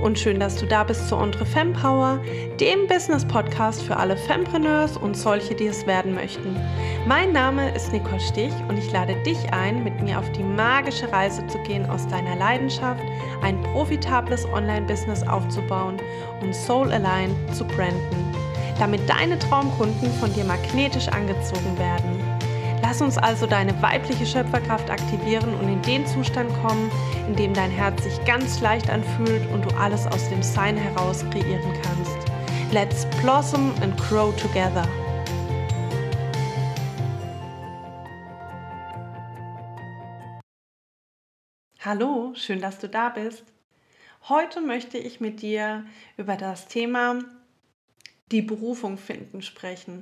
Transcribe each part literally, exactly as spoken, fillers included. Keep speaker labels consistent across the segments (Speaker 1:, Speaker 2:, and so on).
Speaker 1: und schön, dass du da bist zu Entre Femme Power, dem Business-Podcast für alle Fempreneurs und solche, die es werden möchten. Mein Name ist Nicole Stich und ich lade dich ein, mit mir auf die magische Reise zu gehen, aus deiner Leidenschaft ein profitables Online-Business aufzubauen und soul-aligned zu branden, damit deine Traumkunden von dir magnetisch angezogen werden. Lass uns also deine weibliche Schöpferkraft aktivieren und in den Zustand kommen, in dem dein Herz sich ganz leicht anfühlt und du alles aus dem Sein heraus kreieren kannst. Let's blossom and grow together. Hallo, schön, dass du da bist. Heute möchte ich mit dir über das Thema die Berufung finden sprechen.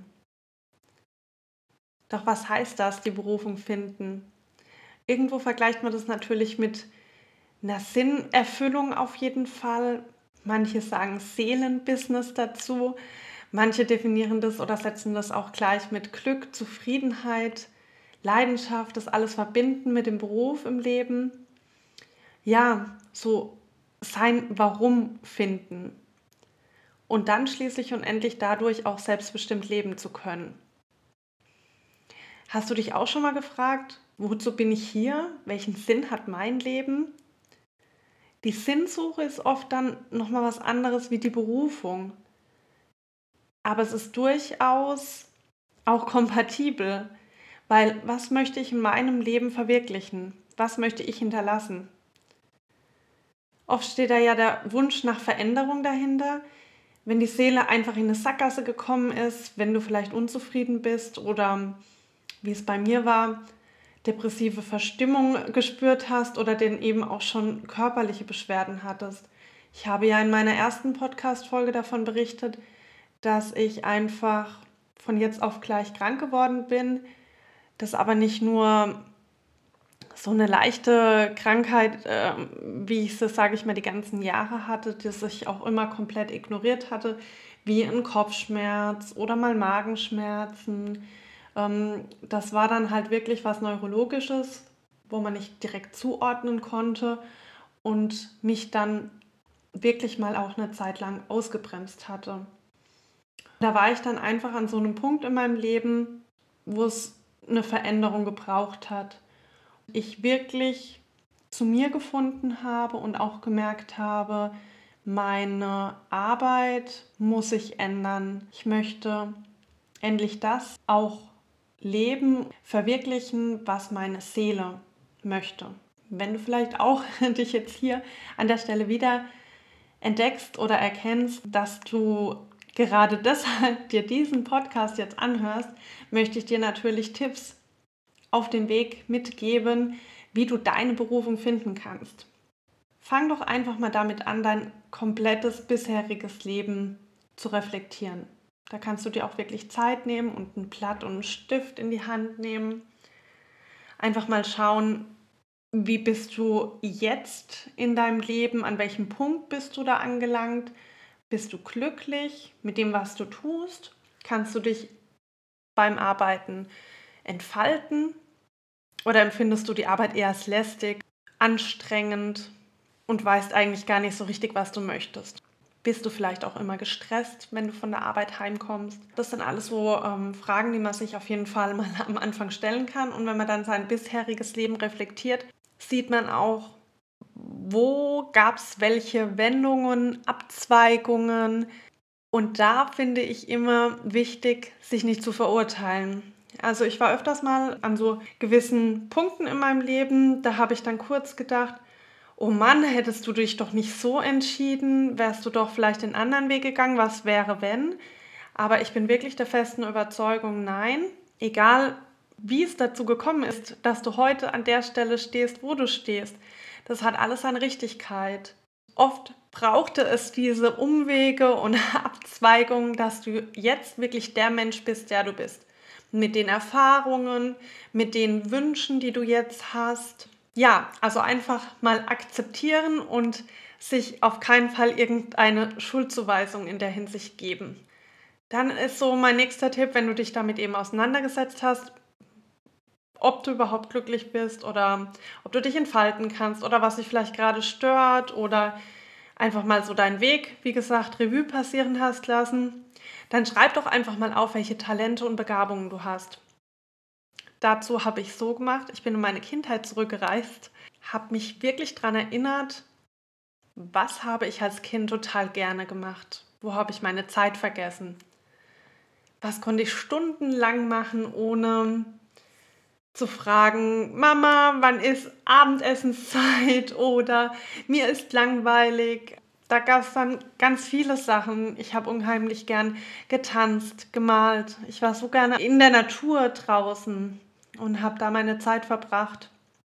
Speaker 1: Doch was heißt das, die Berufung finden? Irgendwo vergleicht man das natürlich mit einer Sinnerfüllung auf jeden Fall. Manche sagen Seelenbusiness dazu. Manche definieren das oder setzen das auch gleich mit Glück, Zufriedenheit, Leidenschaft, das alles verbinden mit dem Beruf im Leben. Ja, so sein Warum finden. Und dann schließlich und endlich dadurch auch selbstbestimmt leben zu können. Hast du dich auch schon mal gefragt, wozu bin ich hier? Welchen Sinn hat mein Leben? Die Sinnsuche ist oft dann nochmal was anderes wie die Berufung. Aber es ist durchaus auch kompatibel, weil was möchte ich in meinem Leben verwirklichen? Was möchte ich hinterlassen? Oft steht da ja der Wunsch nach Veränderung dahinter. Wenn die Seele einfach in eine Sackgasse gekommen ist, wenn du vielleicht unzufrieden bist oder wie es bei mir war, depressive Verstimmung gespürt hast oder denn eben auch schon körperliche Beschwerden hattest. Ich habe ja in meiner ersten Podcast-Folge davon berichtet, dass ich einfach von jetzt auf gleich krank geworden bin, das aber nicht nur so eine leichte Krankheit, äh, wie ich es, sage ich mal, die ganzen Jahre hatte, das ich auch immer komplett ignoriert hatte, wie ein Kopfschmerz oder mal Magenschmerzen. Das war dann halt wirklich was Neurologisches, wo man nicht direkt zuordnen konnte und mich dann wirklich mal auch eine Zeit lang ausgebremst hatte. Da war ich dann einfach an so einem Punkt in meinem Leben, wo es eine Veränderung gebraucht hat. Ich wirklich zu mir gefunden habe und auch gemerkt habe, meine Arbeit muss sich ändern. Ich möchte endlich das auch leben, verwirklichen, was meine Seele möchte. Wenn du vielleicht auch dich jetzt hier an der Stelle wieder entdeckst oder erkennst, dass du gerade deshalb dir diesen Podcast jetzt anhörst, möchte ich dir natürlich Tipps auf den Weg mitgeben, wie du deine Berufung finden kannst. Fang doch einfach mal damit an, dein komplettes bisheriges Leben zu reflektieren. Da kannst du dir auch wirklich Zeit nehmen und ein Blatt und einen Stift in die Hand nehmen. Einfach mal schauen, wie bist du jetzt in deinem Leben, an welchem Punkt bist du da angelangt? Bist du glücklich mit dem, was du tust? Kannst du dich beim Arbeiten entfalten? Oder empfindest du die Arbeit eher als lästig, anstrengend und weißt eigentlich gar nicht so richtig, was du möchtest? Bist du vielleicht auch immer gestresst, wenn du von der Arbeit heimkommst? Das sind alles so ähm, Fragen, die man sich auf jeden Fall mal am Anfang stellen kann. Und wenn man dann sein bisheriges Leben reflektiert, sieht man auch, wo gab es welche Wendungen, Abzweigungen. Und da finde ich immer wichtig, sich nicht zu verurteilen. Also ich war öfters mal an so gewissen Punkten in meinem Leben, da habe ich dann kurz gedacht, oh Mann, hättest du dich doch nicht so entschieden, wärst du doch vielleicht den anderen Weg gegangen, was wäre, wenn? Aber ich bin wirklich der festen Überzeugung, nein, egal wie es dazu gekommen ist, dass du heute an der Stelle stehst, wo du stehst, das hat alles seine Richtigkeit. Oft brauchte es diese Umwege und Abzweigungen, dass du jetzt wirklich der Mensch bist, der du bist. Mit den Erfahrungen, mit den Wünschen, die du jetzt hast. Ja, also einfach mal akzeptieren und sich auf keinen Fall irgendeine Schuldzuweisung in der Hinsicht geben. Dann ist so mein nächster Tipp, wenn du dich damit eben auseinandergesetzt hast, ob du überhaupt glücklich bist oder ob du dich entfalten kannst oder was dich vielleicht gerade stört oder einfach mal so deinen Weg, wie gesagt, Revue passieren hast lassen, dann schreib doch einfach mal auf, welche Talente und Begabungen du hast. Dazu habe ich so gemacht, ich bin in meine Kindheit zurückgereist, habe mich wirklich daran erinnert, was habe ich als Kind total gerne gemacht? Wo habe ich meine Zeit vergessen? Was konnte ich stundenlang machen, ohne zu fragen, Mama, wann ist Abendessenszeit oder mir ist langweilig. Da gab es dann ganz viele Sachen. Ich habe unheimlich gern getanzt, gemalt. Ich war so gerne in der Natur draußen und habe da meine Zeit verbracht.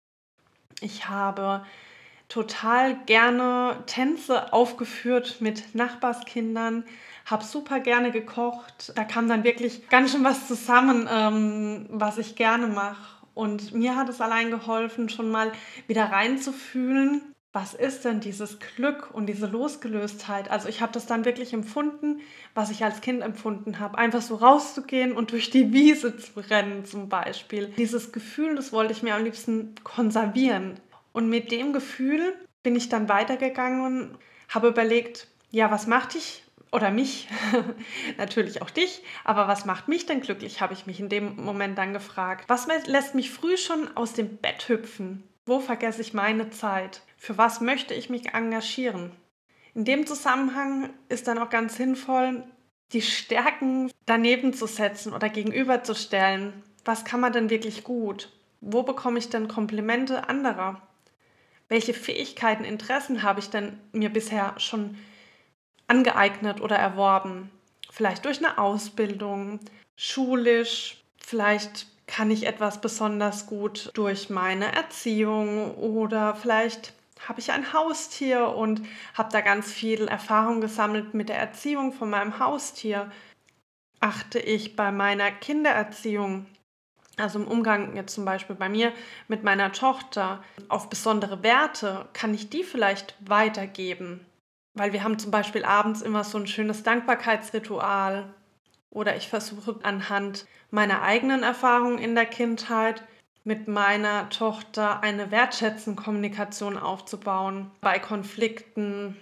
Speaker 1: Ich habe total gerne Tänze aufgeführt mit Nachbarskindern, habe super gerne gekocht. Da kam dann wirklich ganz schön was zusammen, ähm, was ich gerne mache. Und mir hat es allein geholfen, schon mal wieder reinzufühlen, was ist denn dieses Glück und diese Losgelöstheit? Also ich habe das dann wirklich empfunden, was ich als Kind empfunden habe. Einfach so rauszugehen und durch die Wiese zu rennen zum Beispiel. Dieses Gefühl, das wollte ich mir am liebsten konservieren. Und mit dem Gefühl bin ich dann weitergegangen und habe überlegt, ja, was macht dich oder mich, natürlich auch dich, aber was macht mich denn glücklich, habe ich mich in dem Moment dann gefragt. Was lässt mich früh schon aus dem Bett hüpfen? Wo vergesse ich meine Zeit? Für was möchte ich mich engagieren? In dem Zusammenhang ist dann auch ganz sinnvoll, die Stärken daneben zu setzen oder gegenüberzustellen. Was kann man denn wirklich gut? Wo bekomme ich denn Komplimente anderer? Welche Fähigkeiten, Interessen habe ich denn mir bisher schon angeeignet oder erworben? Vielleicht durch eine Ausbildung, schulisch, vielleicht kann ich etwas besonders gut durch meine Erziehung oder vielleicht habe ich ein Haustier und habe da ganz viel Erfahrung gesammelt mit der Erziehung von meinem Haustier. Achte ich bei meiner Kindererziehung, also im Umgang jetzt zum Beispiel bei mir mit meiner Tochter, auf besondere Werte, kann ich die vielleicht weitergeben? Weil wir haben zum Beispiel abends immer so ein schönes Dankbarkeitsritual oder ich versuche anhand meiner eigenen Erfahrungen in der Kindheit mit meiner Tochter eine wertschätzende Kommunikation aufzubauen, bei Konflikten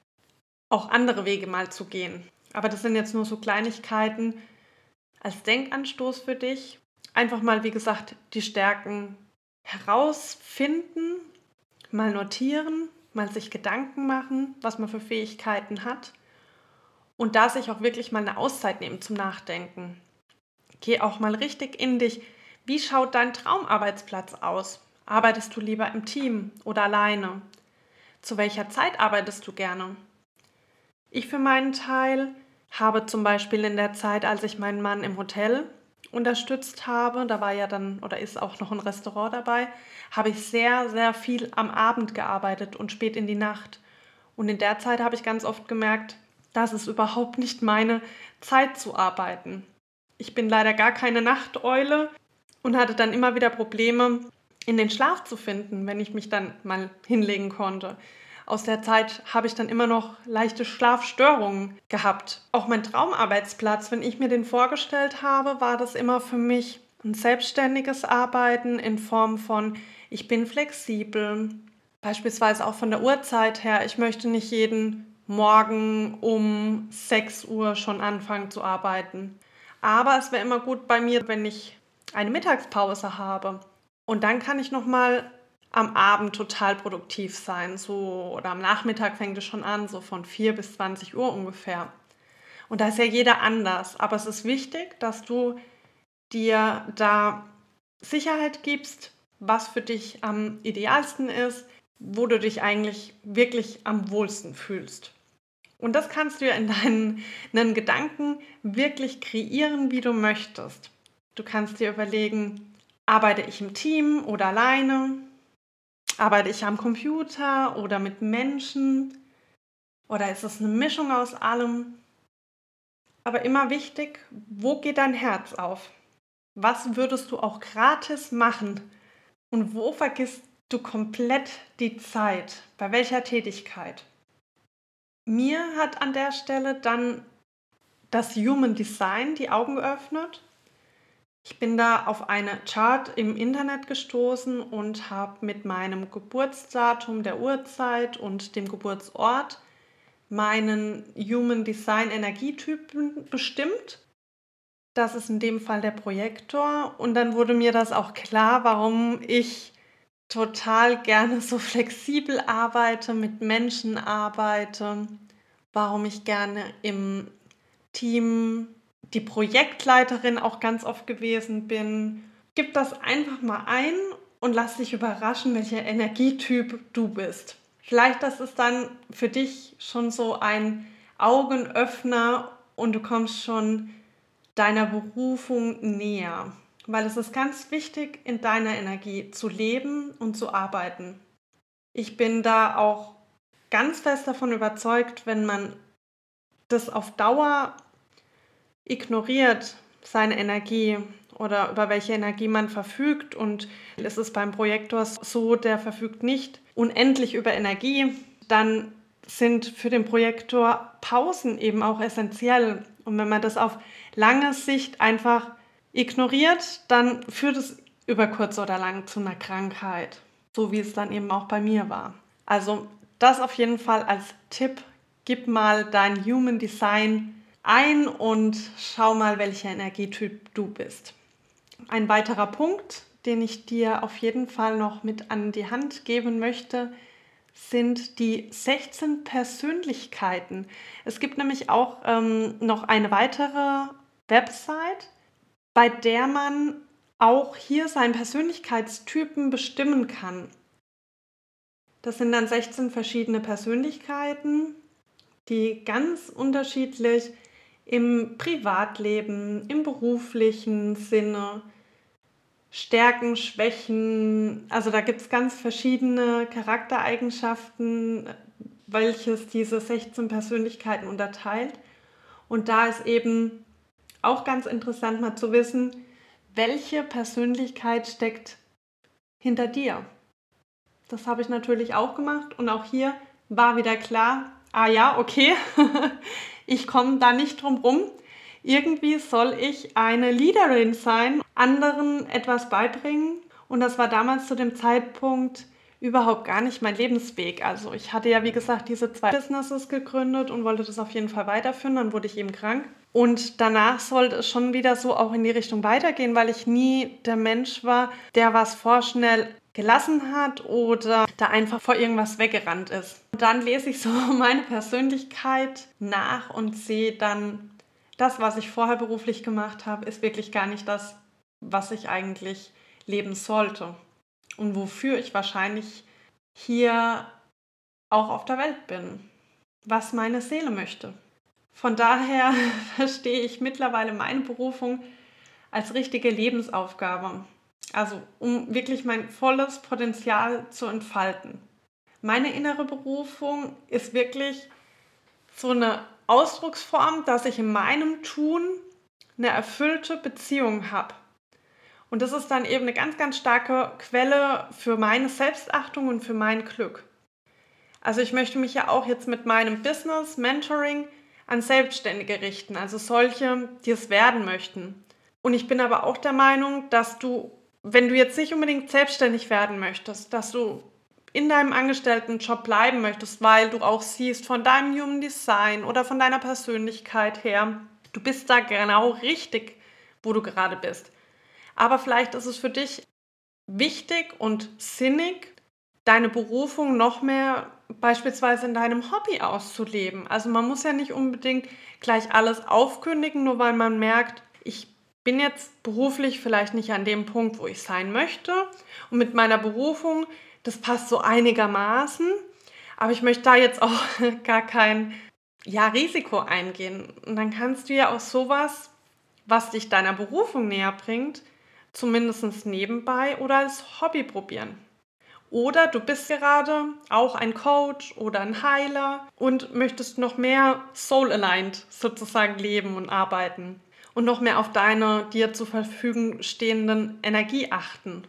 Speaker 1: auch andere Wege mal zu gehen. Aber das sind jetzt nur so Kleinigkeiten als Denkanstoß für dich. Einfach mal, wie gesagt, die Stärken herausfinden, mal notieren, mal sich Gedanken machen, was man für Fähigkeiten hat und da sich auch wirklich mal eine Auszeit nehmen zum Nachdenken. Geh auch mal richtig in dich. Wie schaut dein Traumarbeitsplatz aus? Arbeitest du lieber im Team oder alleine? Zu welcher Zeit arbeitest du gerne? Ich für meinen Teil habe zum Beispiel in der Zeit, als ich meinen Mann im Hotel unterstützt habe, da war ja dann oder ist auch noch ein Restaurant dabei, habe ich sehr, sehr viel am Abend gearbeitet und spät in die Nacht. Und in der Zeit habe ich ganz oft gemerkt, das ist überhaupt nicht meine Zeit zu arbeiten. Ich bin leider gar keine Nachteule und hatte dann immer wieder Probleme, in den Schlaf zu finden, wenn ich mich dann mal hinlegen konnte. Aus der Zeit habe ich dann immer noch leichte Schlafstörungen gehabt. Auch mein Traumarbeitsplatz, wenn ich mir den vorgestellt habe, war das immer für mich ein selbstständiges Arbeiten in Form von, ich bin flexibel. Beispielsweise auch von der Uhrzeit her. Ich möchte nicht jeden Morgen um sechs Uhr schon anfangen zu arbeiten. Aber es wäre immer gut bei mir, wenn ich eine Mittagspause habe. Und dann kann ich nochmal am Abend total produktiv sein. So, oder am Nachmittag fängt es schon an, so von vier bis zwanzig Uhr ungefähr. Und da ist ja jeder anders. Aber es ist wichtig, dass du dir da Sicherheit gibst, was für dich am idealsten ist, wo du dich eigentlich wirklich am wohlsten fühlst. Und das kannst du ja in deinen, deinen Gedanken wirklich kreieren, wie du möchtest. Du kannst dir überlegen, arbeite ich im Team oder alleine? Arbeite ich am Computer oder mit Menschen? Oder ist es eine Mischung aus allem? Aber immer wichtig, wo geht dein Herz auf? Was würdest du auch gratis machen? Und wo vergisst du komplett die Zeit? Bei welcher Tätigkeit? Mir hat an der Stelle dann das Human Design die Augen geöffnet. Ich bin da auf eine Chart im Internet gestoßen und habe mit meinem Geburtsdatum, der Uhrzeit und dem Geburtsort meinen Human Design Energietypen bestimmt. Das ist in dem Fall der Projektor. Und dann wurde mir das auch klar, warum ich total gerne so flexibel arbeite, mit Menschen arbeite, warum ich gerne im Team die Projektleiterin auch ganz oft gewesen bin. Gib das einfach mal ein und lass dich überraschen, welcher Energietyp du bist. Vielleicht das ist dann für dich schon so ein Augenöffner und du kommst schon deiner Berufung näher. Weil es ist ganz wichtig, in deiner Energie zu leben und zu arbeiten. Ich bin da auch ganz fest davon überzeugt, wenn man das auf Dauer ignoriert, seine Energie oder über welche Energie man verfügt, und es ist beim Projektor so, der verfügt nicht unendlich über Energie, dann sind für den Projektor Pausen eben auch essentiell. Und wenn man das auf lange Sicht einfach ignoriert, dann führt es über kurz oder lang zu einer Krankheit, so wie es dann eben auch bei mir war. Also das auf jeden Fall als Tipp, gib mal dein Human Design ein und schau mal, welcher Energietyp du bist. Ein weiterer Punkt, den ich dir auf jeden Fall noch mit an die Hand geben möchte, sind die sechzehn Persönlichkeiten. Es gibt nämlich auch ähm, noch eine weitere Website, bei der man auch hier seinen Persönlichkeitstypen bestimmen kann. Das sind dann sechzehn verschiedene Persönlichkeiten, die ganz unterschiedlich im Privatleben, im beruflichen Sinne, Stärken, Schwächen, also da gibt es ganz verschiedene Charaktereigenschaften, welches diese sechzehn Persönlichkeiten unterteilt. Und da ist eben auch ganz interessant mal zu wissen, welche Persönlichkeit steckt hinter dir. Das habe ich natürlich auch gemacht und auch hier war wieder klar, ah ja, okay, ich komme da nicht drum rum. Irgendwie soll ich eine Leaderin sein, anderen etwas beibringen. Und das war damals zu dem Zeitpunkt überhaupt gar nicht mein Lebensweg. Also ich hatte ja, wie gesagt, diese zwei Businesses gegründet und wollte das auf jeden Fall weiterführen. Dann wurde ich eben krank. Und danach sollte es schon wieder so auch in die Richtung weitergehen, weil ich nie der Mensch war, der was vorschnell gelassen hat oder da einfach vor irgendwas weggerannt ist. Und dann lese ich so meine Persönlichkeit nach und sehe dann, das, was ich vorher beruflich gemacht habe, ist wirklich gar nicht das, was ich eigentlich leben sollte und wofür ich wahrscheinlich hier auch auf der Welt bin, was meine Seele möchte. Von daher verstehe ich mittlerweile meine Berufung als richtige Lebensaufgabe, also um wirklich mein volles Potenzial zu entfalten. Meine innere Berufung ist wirklich so eine Ausdrucksform, dass ich in meinem Tun eine erfüllte Beziehung habe. Und das ist dann eben eine ganz, ganz starke Quelle für meine Selbstachtung und für mein Glück. Also ich möchte mich ja auch jetzt mit meinem Business, Mentoring an Selbstständige richten, also solche, die es werden möchten. Und ich bin aber auch der Meinung, dass du, wenn du jetzt nicht unbedingt selbstständig werden möchtest, dass du in deinem Angestelltenjob bleiben möchtest, weil du auch siehst von deinem Human Design oder von deiner Persönlichkeit her, du bist da genau richtig, wo du gerade bist. Aber vielleicht ist es für dich wichtig und sinnig, deine Berufung noch mehr beispielsweise in deinem Hobby auszuleben. Also man muss ja nicht unbedingt gleich alles aufkündigen, nur weil man merkt, ich bin jetzt beruflich vielleicht nicht an dem Punkt, wo ich sein möchte. Und mit meiner Berufung, das passt so einigermaßen, aber ich möchte da jetzt auch gar kein ja, Risiko eingehen. Und dann kannst du ja auch sowas, was dich deiner Berufung näher bringt, zumindest nebenbei oder als Hobby probieren. Oder du bist gerade auch ein Coach oder ein Heiler und möchtest noch mehr soul-aligned sozusagen leben und arbeiten und noch mehr auf deine dir zur Verfügung stehenden Energie achten.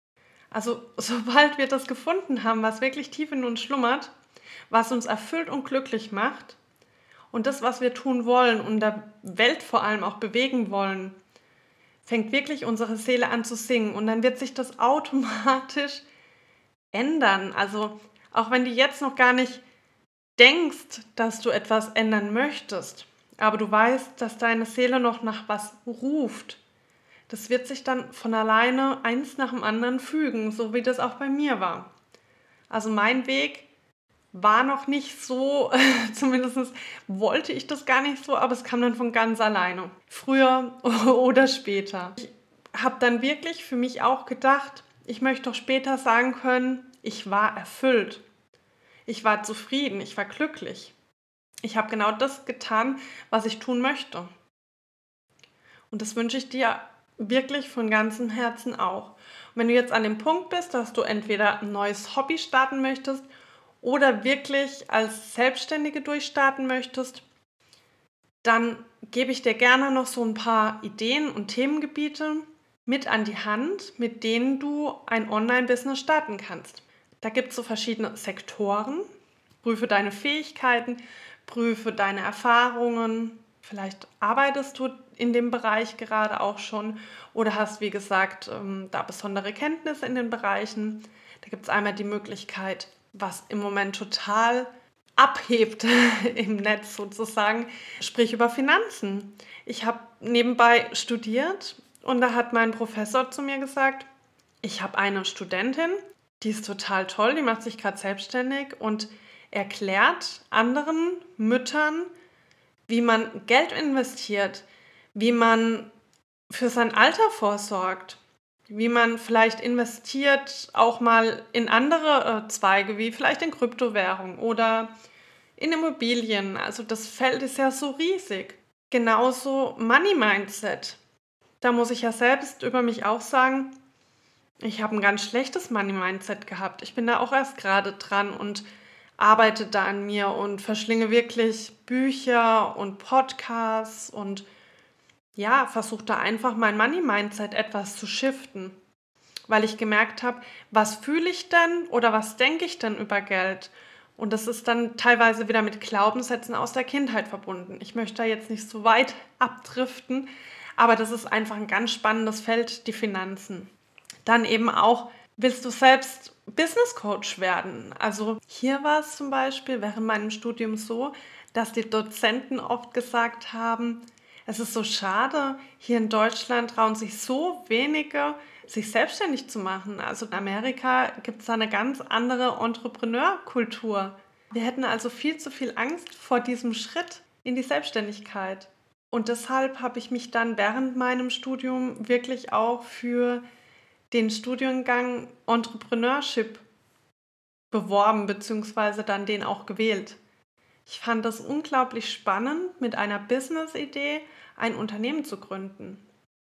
Speaker 1: Also sobald wir das gefunden haben, was wirklich tief in uns schlummert, was uns erfüllt und glücklich macht und das, was wir tun wollen und der Welt vor allem auch bewegen wollen, fängt wirklich unsere Seele an zu singen und dann wird sich das automatisch ändern. Also auch wenn du jetzt noch gar nicht denkst, dass du etwas ändern möchtest, aber du weißt, dass deine Seele noch nach was ruft, das wird sich dann von alleine eins nach dem anderen fügen, so wie das auch bei mir war. Also mein Weg war noch nicht so, zumindest wollte ich das gar nicht so, aber es kam dann von ganz alleine, früher oder später. Ich habe dann wirklich für mich auch gedacht, ich möchte doch später sagen können, ich war erfüllt, ich war zufrieden, ich war glücklich. Ich habe genau das getan, was ich tun möchte. Und das wünsche ich dir wirklich von ganzem Herzen auch. Und wenn du jetzt an dem Punkt bist, dass du entweder ein neues Hobby starten möchtest oder wirklich als Selbstständige durchstarten möchtest, dann gebe ich dir gerne noch so ein paar Ideen und Themengebiete mit an die Hand, mit denen du ein Online-Business starten kannst. Da gibt es so verschiedene Sektoren. Prüfe deine Fähigkeiten, prüfe deine Erfahrungen. Vielleicht arbeitest du in dem Bereich gerade auch schon oder hast, wie gesagt, ähm, da besondere Kenntnisse in den Bereichen. Da gibt es einmal die Möglichkeit, was im Moment total abhebt im Netz sozusagen, sprich über Finanzen. Ich habe nebenbei studiert und da hat mein Professor zu mir gesagt, ich habe eine Studentin, die ist total toll, die macht sich gerade selbstständig und erklärt anderen Müttern, wie man Geld investiert, wie man für sein Alter vorsorgt, wie man vielleicht investiert auch mal in andere äh, Zweige, wie vielleicht in Kryptowährung oder in Immobilien. Also das Feld ist ja so riesig. Genauso Money Mindset. Da muss ich ja selbst über mich auch sagen, ich habe ein ganz schlechtes Money Mindset gehabt. Ich bin da auch erst gerade dran und arbeite da an mir und verschlinge wirklich Bücher und Podcasts und ja, versuche da einfach mein Money Mindset etwas zu shiften, weil ich gemerkt habe, was fühle ich denn oder was denke ich denn über Geld? Und das ist dann teilweise wieder mit Glaubenssätzen aus der Kindheit verbunden. Ich möchte da jetzt nicht so weit abdriften, aber das ist einfach ein ganz spannendes Feld, die Finanzen. Dann eben auch, willst du selbst Business Coach werden? Also hier war es zum Beispiel während meinem Studium so, dass die Dozenten oft gesagt haben, es ist so schade, hier in Deutschland trauen sich so wenige, sich selbstständig zu machen. Also in Amerika gibt es da eine ganz andere Entrepreneurkultur. Wir hätten also viel zu viel Angst vor diesem Schritt in die Selbstständigkeit. Und deshalb habe ich mich dann während meinem Studium wirklich auch für den Studiengang Entrepreneurship beworben, beziehungsweise dann den auch gewählt. Ich fand das unglaublich spannend, mit einer Business-Idee ein Unternehmen zu gründen.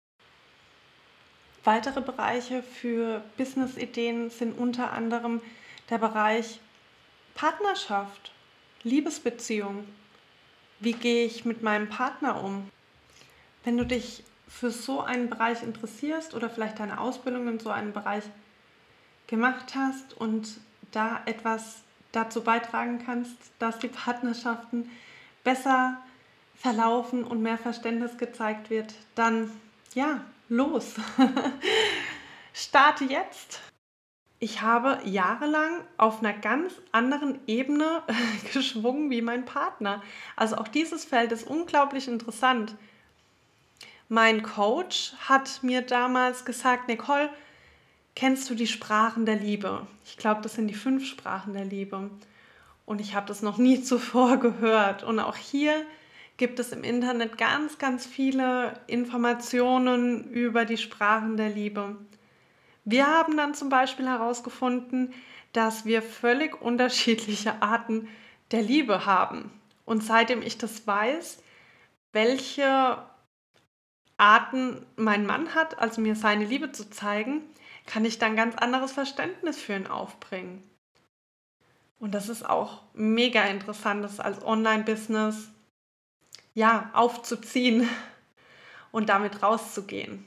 Speaker 1: Weitere Bereiche für Business-Ideen sind unter anderem der Bereich Partnerschaft, Liebesbeziehung. Wie gehe ich mit meinem Partner um? Wenn du dich für so einen Bereich interessierst oder vielleicht deine Ausbildung in so einem Bereich gemacht hast und da etwas dazu beitragen kannst, dass die Partnerschaften besser verlaufen und mehr Verständnis gezeigt wird, dann ja, los. Starte jetzt. Ich habe jahrelang auf einer ganz anderen Ebene geschwungen wie mein Partner. Also auch dieses Feld ist unglaublich interessant. Mein Coach hat mir damals gesagt, Nicole, kennst du die Sprachen der Liebe? Ich glaube, das sind die fünf Sprachen der Liebe. Und ich habe das noch nie zuvor gehört. Und auch hier gibt es im Internet ganz, ganz viele Informationen über die Sprachen der Liebe. Wir haben dann zum Beispiel herausgefunden, dass wir völlig unterschiedliche Arten der Liebe haben. Und seitdem ich das weiß, welche Arten mein Mann hat, also mir seine Liebe zu zeigen, kann ich dann ganz anderes Verständnis für ihn aufbringen. Und das ist auch mega interessant, das als Online-Business ja, aufzuziehen und damit rauszugehen.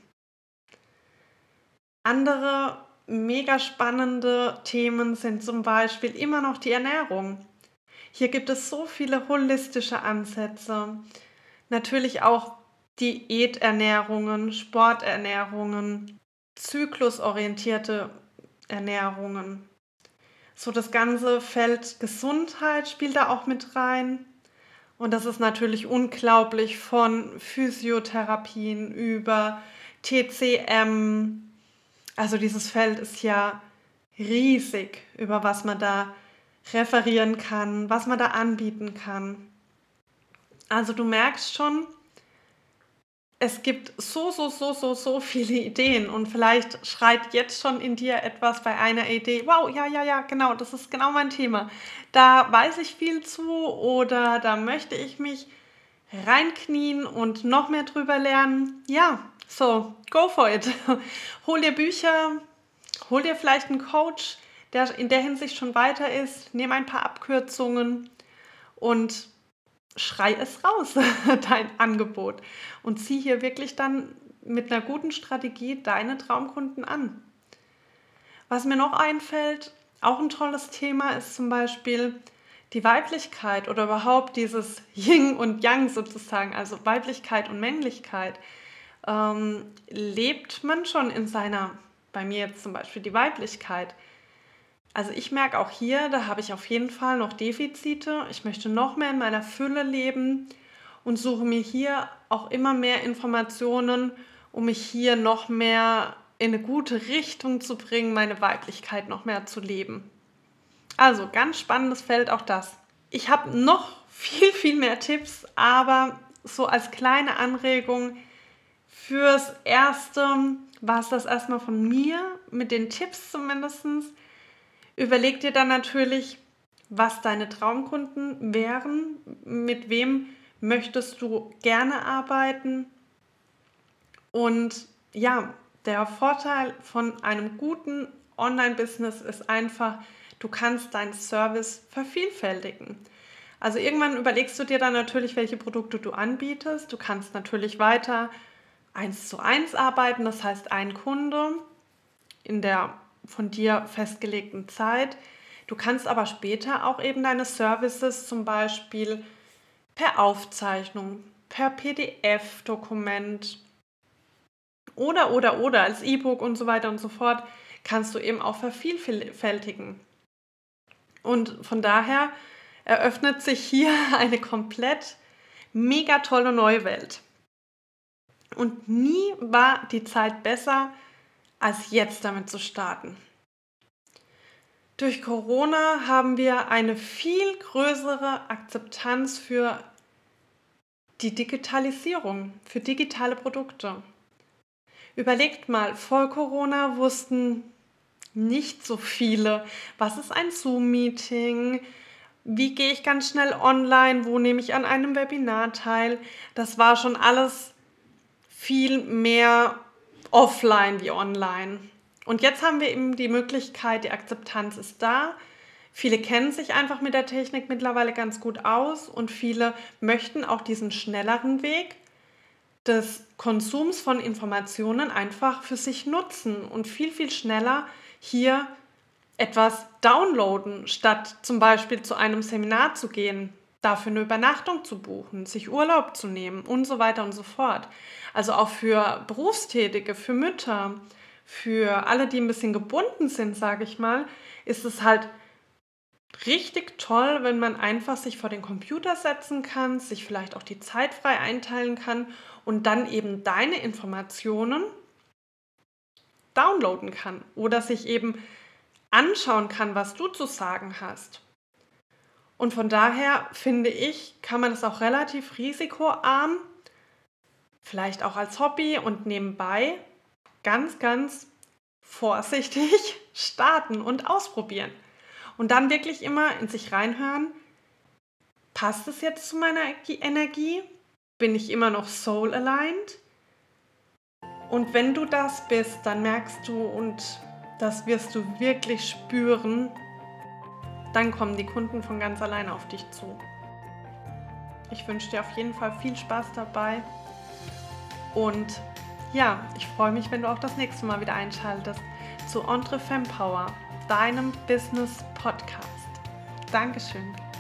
Speaker 1: Andere mega spannende Themen sind zum Beispiel immer noch die Ernährung. Hier gibt es so viele holistische Ansätze. Natürlich auch Diäternährungen, Sporternährungen, zyklusorientierte Ernährungen. So das ganze Feld Gesundheit spielt da auch mit rein. Und das ist natürlich unglaublich, von Physiotherapien über T C M. Also dieses Feld ist ja riesig, über was man da referieren kann, was man da anbieten kann. Also du merkst schon, es gibt so, so, so, so, so viele Ideen und vielleicht schreit jetzt schon in dir etwas bei einer Idee, wow, ja, ja, ja, genau, das ist genau mein Thema. Da weiß ich viel zu oder da möchte ich mich reinknien und noch mehr drüber lernen. Ja, so, go for it. Hol dir Bücher, hol dir vielleicht einen Coach, der in der Hinsicht schon weiter ist, nimm ein paar Abkürzungen und schrei es raus, dein Angebot. Und zieh hier wirklich dann mit einer guten Strategie deine Traumkunden an. Was mir noch einfällt, auch ein tolles Thema ist zum Beispiel die Weiblichkeit oder überhaupt dieses Yin und Yang sozusagen, also Weiblichkeit und Männlichkeit. Ähm, lebt man schon in seiner, bei mir jetzt zum Beispiel die Weiblichkeit. Also ich merke auch hier, da habe ich auf jeden Fall noch Defizite. Ich möchte noch mehr in meiner Fülle leben und suche mir hier auch immer mehr Informationen, um mich hier noch mehr in eine gute Richtung zu bringen, meine Weiblichkeit noch mehr zu leben. Also ganz spannendes Feld auch das. Ich habe noch viel, viel mehr Tipps, aber so als kleine Anregung fürs Erste war es das erstmal von mir, mit den Tipps zumindest. Überleg dir dann natürlich, was deine Traumkunden wären, mit wem möchtest du gerne arbeiten. Und ja, der Vorteil von einem guten Online-Business ist einfach, du kannst deinen Service vervielfältigen. Also irgendwann überlegst du dir dann natürlich, welche Produkte du anbietest. Du kannst natürlich weiter eins zu eins arbeiten, das heißt ein Kunde in der von dir festgelegten Zeit. Du kannst aber später auch eben deine Services zum Beispiel per Aufzeichnung, per P D F-Dokument oder, oder, oder als E-Book und so weiter und so fort, kannst du eben auch vervielfältigen. Und von daher eröffnet sich hier eine komplett mega tolle neue Welt. Und nie war die Zeit besser, als jetzt damit zu starten. Durch Corona haben wir eine viel größere Akzeptanz für die Digitalisierung, für digitale Produkte. Überlegt mal, vor Corona wussten nicht so viele, was ist ein Zoom-Meeting, wie gehe ich ganz schnell online, wo nehme ich an einem Webinar teil. Das war schon alles viel mehr offline wie online. Und jetzt haben wir eben die Möglichkeit, die Akzeptanz ist da. Viele kennen sich einfach mit der Technik mittlerweile ganz gut aus und viele möchten auch diesen schnelleren Weg des Konsums von Informationen einfach für sich nutzen und viel, viel schneller hier etwas downloaden, statt zum Beispiel zu einem Seminar zu gehen, dafür eine Übernachtung zu buchen, sich Urlaub zu nehmen und so weiter und so fort. Also auch für Berufstätige, für Mütter, für alle, die ein bisschen gebunden sind, sage ich mal, ist es halt richtig toll, wenn man einfach sich vor den Computer setzen kann, sich vielleicht auch die Zeit frei einteilen kann und dann eben deine Informationen downloaden kann oder sich eben anschauen kann, was du zu sagen hast. Und von daher finde ich, kann man es auch relativ risikoarm, vielleicht auch als Hobby und nebenbei ganz, ganz vorsichtig starten und ausprobieren. Und dann wirklich immer in sich reinhören, passt es jetzt zu meiner Energie? Bin ich immer noch soul-aligned? Und wenn du das bist, dann merkst du, und das wirst du wirklich spüren, dann kommen die Kunden von ganz alleine auf dich zu. Ich wünsche dir auf jeden Fall viel Spaß dabei und ja, ich freue mich, wenn du auch das nächste Mal wieder einschaltest zu Entre Femme Power, deinem Business Podcast. Dankeschön.